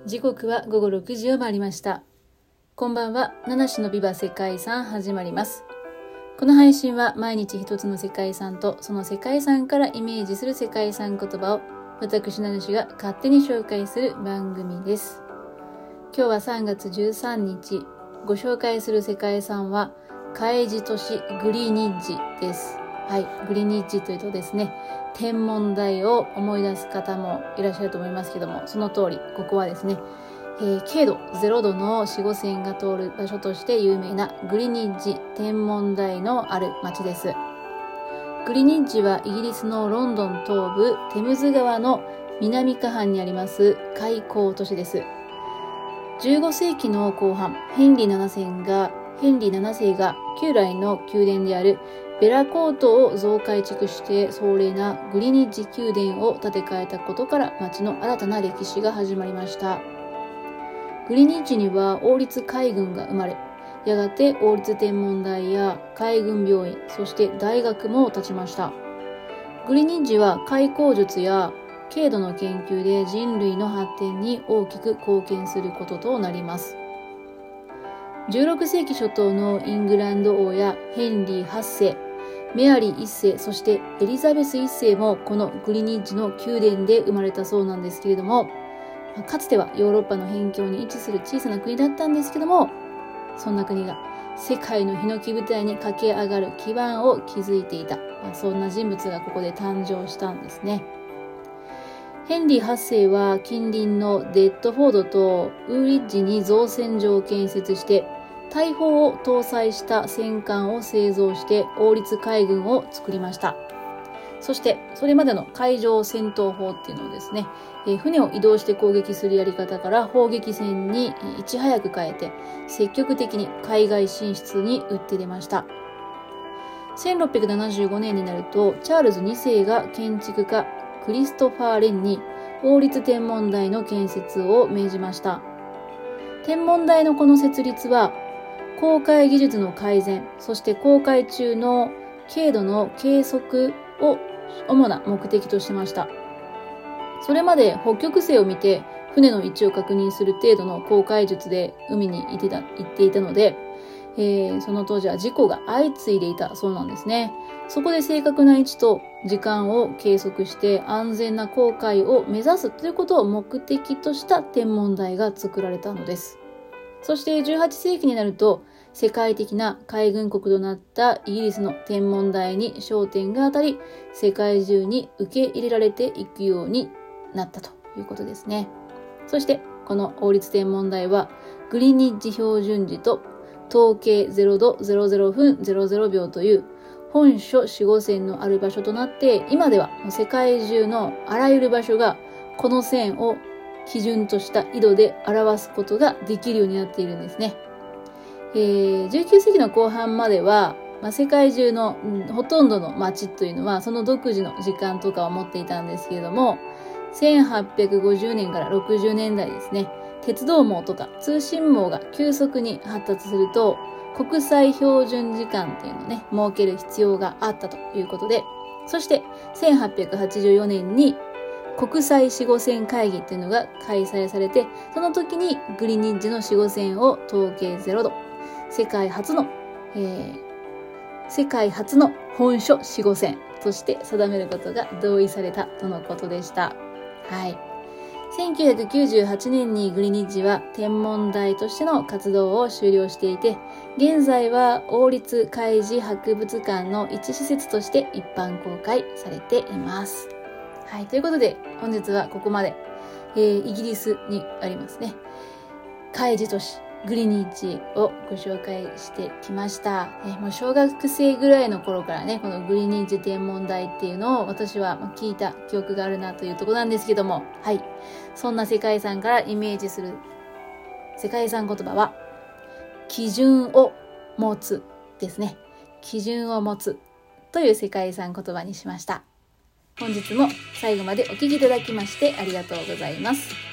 時刻は午後6時を回りました。こんばんは。七種のビバ世界遺産始まります。この配信は毎日一つの世界遺産とその世界遺産からイメージする世界遺産言葉を私七種が勝手に紹介する番組です。今日は3月13日。ご紹介する世界遺産は開示都市グリニッジです。はい、グリニッジというとですね、天文台を思い出す方もいらっしゃると思いますけども、その通りここはですね、経度0度の4、5線が通る場所として有名なグリニッジ天文台のある町です。グリニッジはイギリスのロンドン東部テムズ川の南下半にあります開港都市です。15世紀の後半、ヘンリー7世が旧来の宮殿であるベラコートを増改築して壮麗なグリニッジ宮殿を建て替えたことから町の新たな歴史が始まりました。グリニッジには王立海軍が生まれ、やがて王立天文台や海軍病院、そして大学も建ちました。グリニッジは海工術や経度の研究で人類の発展に大きく貢献することとなります。16世紀初頭のイングランド王やヘンリー8世、メアリー1世、そしてエリザベス1世もこのグリニッジの宮殿で生まれたそうなんですけれども、かつてはヨーロッパの辺境に位置する小さな国だったんですけども、そんな国が世界のヒノキ舞台に駆け上がる基盤を築いていた、そんな人物がここで誕生したんですね。ヘンリー8世は近隣のデッドフォードとウーリッジに造船所を建設して大砲を搭載した戦艦を製造して王立海軍を作りました。そしてそれまでの海上戦闘法っていうのをですね、船を移動して攻撃するやり方から砲撃戦にいち早く変えて積極的に海外進出に打って出ました。1675年になるとチャールズ2世が建築家クリストファー・レンに王立天文台の建設を命じました。天文台のこの設立は航海技術の改善、そして航海中の経度の計測を主な目的としました。それまで北極星を見て船の位置を確認する程度の航海術で海に行っていたので、その当時は事故が相次いでいたそうなんですね。そこで正確な位置と時間を計測して安全な航海を目指すということを目的とした天文台が作られたのです。そして18世紀になると世界的な海軍国となったイギリスの天文台に焦点が当たり、世界中に受け入れられていくようになったということですね。そしてこの王立天文台はグリニッジ標準時と統計0度00分00秒という本初4、5線のある場所となって、今では世界中のあらゆる場所がこの線を基準とした緯度で表すことができるようになっているんですね。19世紀の後半までは、世界中の、ほとんどの街というのはその独自の時間とかを持っていたんですけれども、1850年から60年代ですね、鉄道網とか通信網が急速に発達すると、国際標準時間っていうのをね、設ける必要があったということで、そして1884年に国際4、5線会議っていうのが開催されて、その時にグリニッジの4、5線を統計0度、世界初の本初4、5線として定めることが同意されたとのことでした。はい。1998年にグリニッジは天文台としての活動を終了していて、現在は王立海事博物館の一施設として一般公開されています。はい。ということで本日はここまで、イギリスにありますね、海事都市グリニッジをご紹介してきました。もう小学生ぐらいの頃からね、このグリニッジ天文台っていうのを私は聞いた記憶があるなというところなんですけども、はい。そんな世界遺産からイメージする世界遺産言葉は、基準を持つですね。基準を持つという世界遺産言葉にしました。本日も最後までお聞きいただきましてありがとうございます。